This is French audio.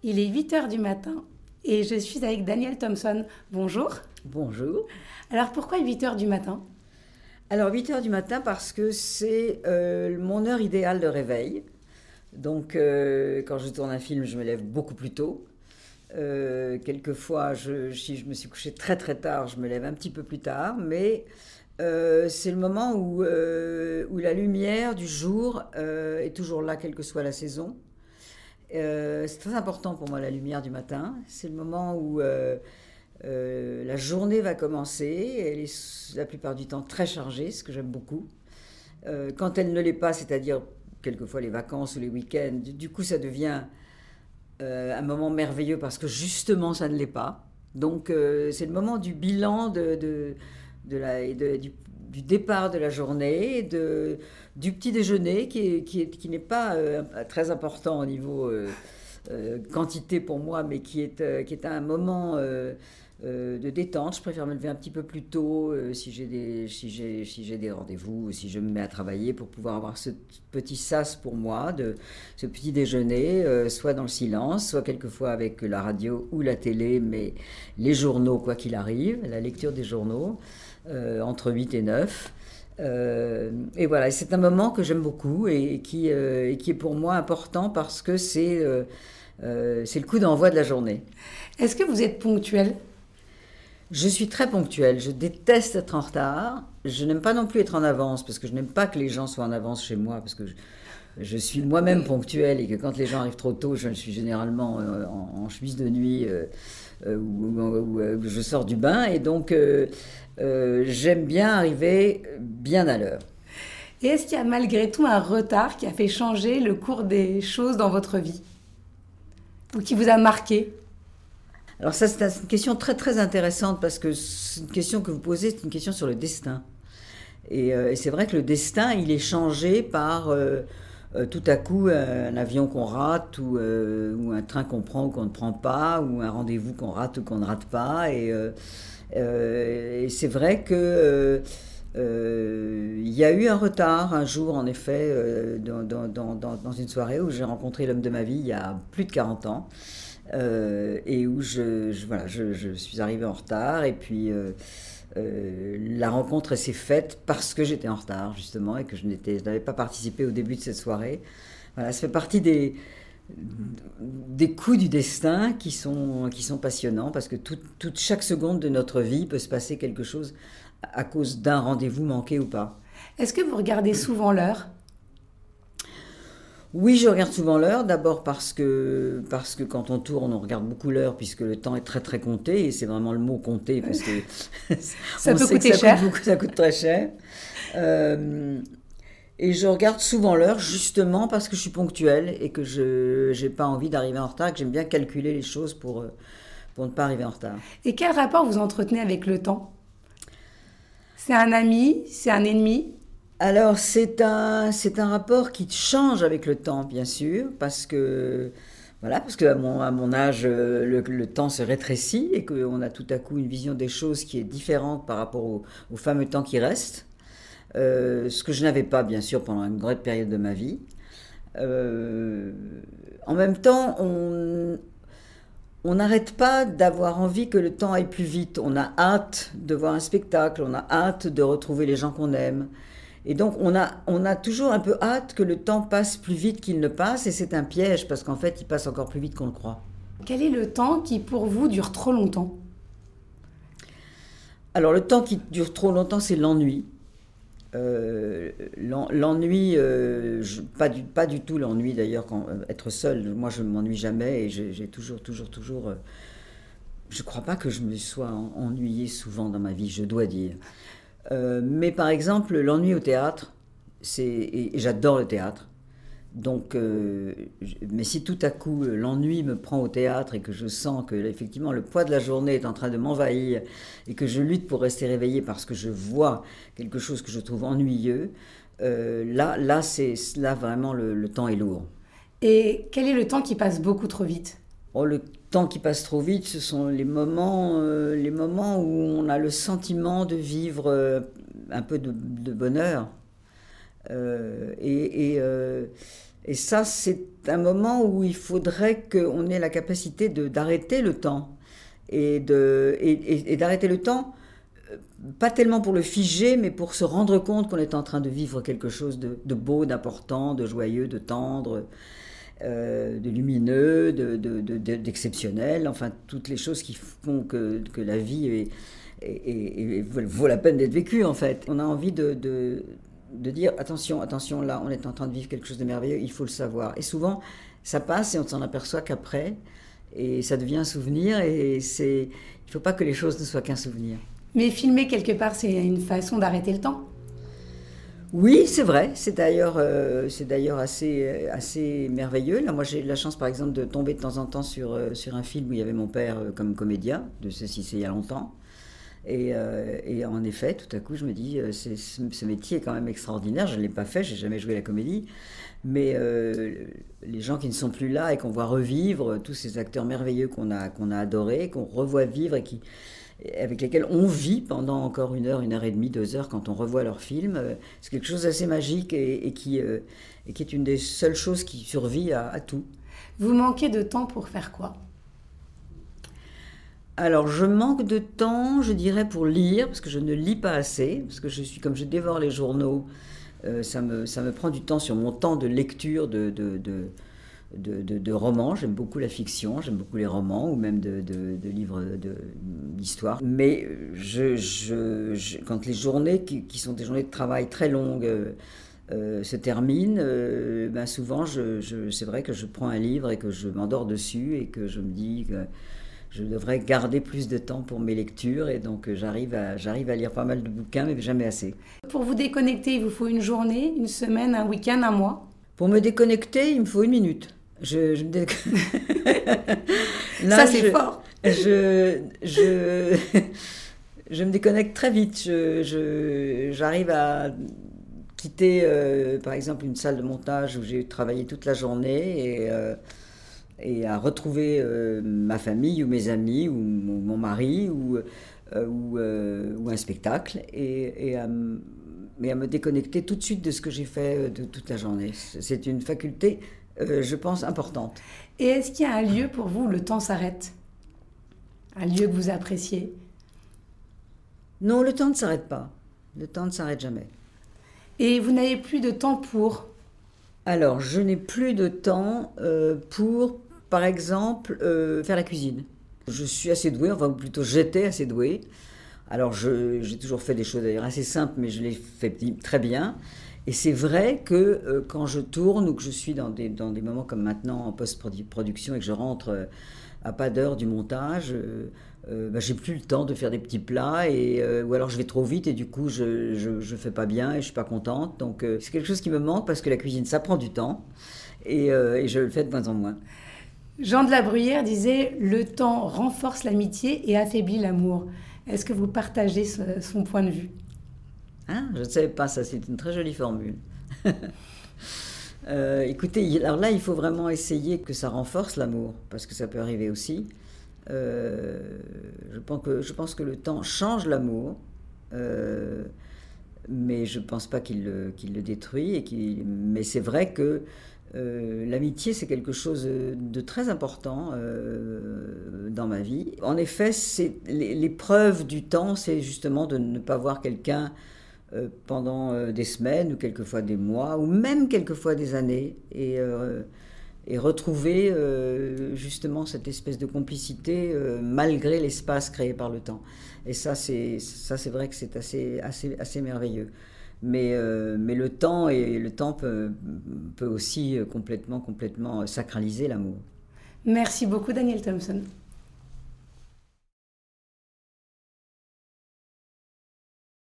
Il est 8 heures du matin et je suis avec Daniel Thompson. Bonjour. Bonjour. Alors pourquoi 8 heures du matin? Alors 8 heures du matin parce que c'est mon heure idéale de réveil. Donc quand je tourne un film, je me lève beaucoup plus tôt. Quelquefois, si je me suis couchée très très tard, je me lève un petit peu plus tard. Mais c'est le moment où la lumière du jour est toujours là, quelle que soit la saison. C'est très important pour moi la lumière du matin. C'est le moment où la journée va commencer. Elle est la plupart du temps très chargée, ce que j'aime beaucoup. Quand elle ne l'est pas, c'est-à-dire quelquefois les vacances ou les week-ends, du coup ça devient un moment merveilleux parce que justement ça ne l'est pas. Donc c'est le moment du bilan du départ de la journée, du petit déjeuner qui n'est pas très important au niveau quantité pour moi, mais qui est un moment de détente. Je préfère me lever un petit peu plus tôt si j'ai des rendez-vous, ou si je me mets à travailler pour pouvoir avoir ce petit sas pour moi, ce petit déjeuner, soit dans le silence, soit quelquefois avec la radio ou la télé, mais les journaux, quoi qu'il arrive, la lecture des journaux, entre 8 et 9. Et voilà, c'est un moment que j'aime beaucoup et qui est pour moi important parce que c'est le coup d'envoi de la journée. Est-ce que vous êtes ponctuel? Je suis très ponctuelle, je déteste être en retard. Je n'aime pas non plus être en avance parce que je n'aime pas que les gens soient en avance chez moi parce que je suis moi-même ponctuelle et que quand les gens arrivent trop tôt, je suis généralement en chemise de nuit ou je sors du bain et donc j'aime bien arriver bien à l'heure. Et est-ce qu'il y a malgré tout un retard qui a fait changer le cours des choses dans votre vie? Ou qui vous a marqué? Alors ça, c'est une question très très intéressante parce que c'est une question que vous posez, c'est une question sur le destin. Et c'est vrai que le destin, il est changé par tout à coup un avion qu'on rate ou un train qu'on prend ou qu'on ne prend pas ou un rendez-vous qu'on rate ou qu'on ne rate pas. Et c'est vrai que il y a eu un retard un jour, en effet, dans une soirée où j'ai rencontré l'homme de ma vie il y a plus de 40 ans. Et où voilà, je suis arrivée en retard et puis la rencontre s'est faite parce que j'étais en retard justement et que je n'avais pas participé au début de cette soirée. Voilà, ça fait partie des coups du destin qui sont passionnants parce que chaque seconde de notre vie peut se passer quelque chose à cause d'un rendez-vous manqué ou pas. Est-ce que vous regardez souvent l'heure? Oui, je regarde souvent l'heure, d'abord parce que quand on tourne, on regarde beaucoup l'heure, puisque le temps est très très compté, et c'est vraiment le mot compté, parce que Ça on peut sait que coûter cher. ça coûte très cher. Euh, et je regarde souvent l'heure, justement parce que je suis ponctuelle, et que je n'ai pas envie d'arriver en retard, que j'aime bien calculer les choses pour ne pas arriver en retard. Et quel rapport vous entretenez avec le temps? C'est un ami? C'est un ennemi? Alors, c'est un rapport qui change avec le temps, bien sûr, parce que à mon âge, le temps se rétrécit et qu'on a tout à coup une vision des choses qui est différente par rapport au fameux temps qui reste. Ce que je n'avais pas, bien sûr, pendant une grande période de ma vie. Euh, En même temps, on n'arrête pas d'avoir envie que le temps aille plus vite. On a hâte de voir un spectacle, on a hâte de retrouver les gens qu'on aime. Et donc, on a toujours un peu hâte que le temps passe plus vite qu'il ne passe, et c'est un piège, parce qu'en fait, il passe encore plus vite qu'on le croit. Quel est le temps qui pour vous dure trop longtemps? Alors, le temps qui dure trop longtemps, c'est l'ennui. L'ennui, pas du tout l'ennui d'ailleurs, être seul, moi je ne m'ennuie jamais, et j'ai toujours. Je ne crois pas que je me sois ennuyée souvent dans ma vie, je dois dire. Mais par exemple, l'ennui au théâtre, et j'adore le théâtre. Donc, mais si tout à coup l'ennui me prend au théâtre et que je sens que effectivement le poids de la journée est en train de m'envahir et que je lutte pour rester réveillée parce que je vois quelque chose que je trouve ennuyeux, là vraiment le temps est lourd. Et quel est le temps qui passe beaucoup trop vite? Oh, le temps qui passe trop vite, ce sont les moments où on a le sentiment de vivre un peu de bonheur. Et Et ça, c'est un moment où il faudrait qu'on ait la capacité d'arrêter le temps. Et d'arrêter le temps, pas tellement pour le figer, mais pour se rendre compte qu'on est en train de vivre quelque chose de beau, d'important, de joyeux, de tendre, de lumineux, d'exceptionnel. Enfin, toutes les choses qui font que la vie vaut la peine d'être vécue, en fait. On a envie de dire attention, attention, là, on est en train de vivre quelque chose de merveilleux, il faut le savoir. Et souvent, ça passe et on s'en aperçoit qu'après, et ça devient un souvenir, il ne faut pas que les choses ne soient qu'un souvenir. Mais filmer quelque part, c'est une façon d'arrêter le temps. Oui, c'est vrai. C'est d'ailleurs assez merveilleux. Là, moi, j'ai eu la chance, par exemple, de tomber de temps en temps sur un film où il y avait mon père comme comédien. De ceci, c'est il y a longtemps. Et en effet, tout à coup, je me dis, ce métier est quand même extraordinaire. Je ne l'ai pas fait, j'ai jamais joué la comédie. Mais les gens qui ne sont plus là et qu'on voit revivre, tous ces acteurs merveilleux qu'on a adorés, qu'on revoit vivre et avec lesquels on vit pendant encore 1 heure et demie, 2 heures quand on revoit leurs films, c'est quelque chose d'assez magique et qui est une des seules choses qui survit à tout. Vous manquez de temps pour faire quoi? Alors, je manque de temps, je dirais, pour lire, parce que je ne lis pas assez, parce que comme je dévore les journaux, ça me prend du temps sur mon temps de lecture de romans. J'aime beaucoup la fiction, j'aime beaucoup les romans, ou même de livres d'histoire. Mais quand les journées, qui sont des journées de travail très longues, se terminent, ben souvent, c'est vrai que je prends un livre et que je m'endors dessus, et que je me dis que je devrais garder plus de temps pour mes lectures, et donc j'arrive à lire pas mal de bouquins, mais jamais assez. Pour vous déconnecter, il vous faut une journée, une semaine, un week-end, un mois? Pour me déconnecter, il me faut 1 minute. Là, Ça, c'est fort. Je me déconnecte très vite. J'arrive à quitter, par exemple, une salle de montage où j'ai travaillé toute la journée, et à retrouver ma famille ou mes amis ou mon mari ou un spectacle, mais à me déconnecter tout de suite de ce que j'ai fait de toute la journée. C'est une faculté, je pense, importante. Et est-ce qu'il y a un lieu pour vous où le temps s'arrête? Un lieu que vous appréciez? Non, le temps ne s'arrête pas. Le temps ne s'arrête jamais. Et vous n'avez plus de temps pour? Alors, je n'ai plus de temps pour, par exemple, faire la cuisine. Je suis assez douée, enfin plutôt j'étais assez douée. Alors, j'ai toujours fait des choses d'ailleurs assez simples, mais je les fais très bien. Et c'est vrai que quand je tourne, ou que je suis dans des moments comme maintenant en post-production, et que je rentre à pas d'heure du montage, j'ai plus le temps de faire des petits plats, ou alors je vais trop vite et du coup je fais pas bien et je suis pas contente. Donc c'est quelque chose qui me manque, parce que la cuisine, ça prend du temps, et je le fais de moins en moins. Jean de la Bruyère disait « Le temps renforce l'amitié et affaiblit l'amour ». Est-ce que vous partagez son point de vue? Ah, je ne savais pas ça, c'est une très jolie formule. Écoutez, alors là, il faut vraiment essayer que ça renforce l'amour, parce que ça peut arriver aussi. Je pense que le temps change l'amour, mais je ne pense pas qu'il le détruit. Mais c'est vrai que l'amitié, c'est quelque chose de très important dans ma vie. En effet, l'épreuve du temps, c'est justement de ne pas voir quelqu'un pendant des semaines, ou quelquefois des mois, ou même quelquefois des années, et retrouver justement cette espèce de complicité malgré l'espace créé par le temps. Et ça, c'est vrai que c'est assez merveilleux. Mais le temps peut aussi complètement sacraliser l'amour. Merci beaucoup, Daniel Thompson.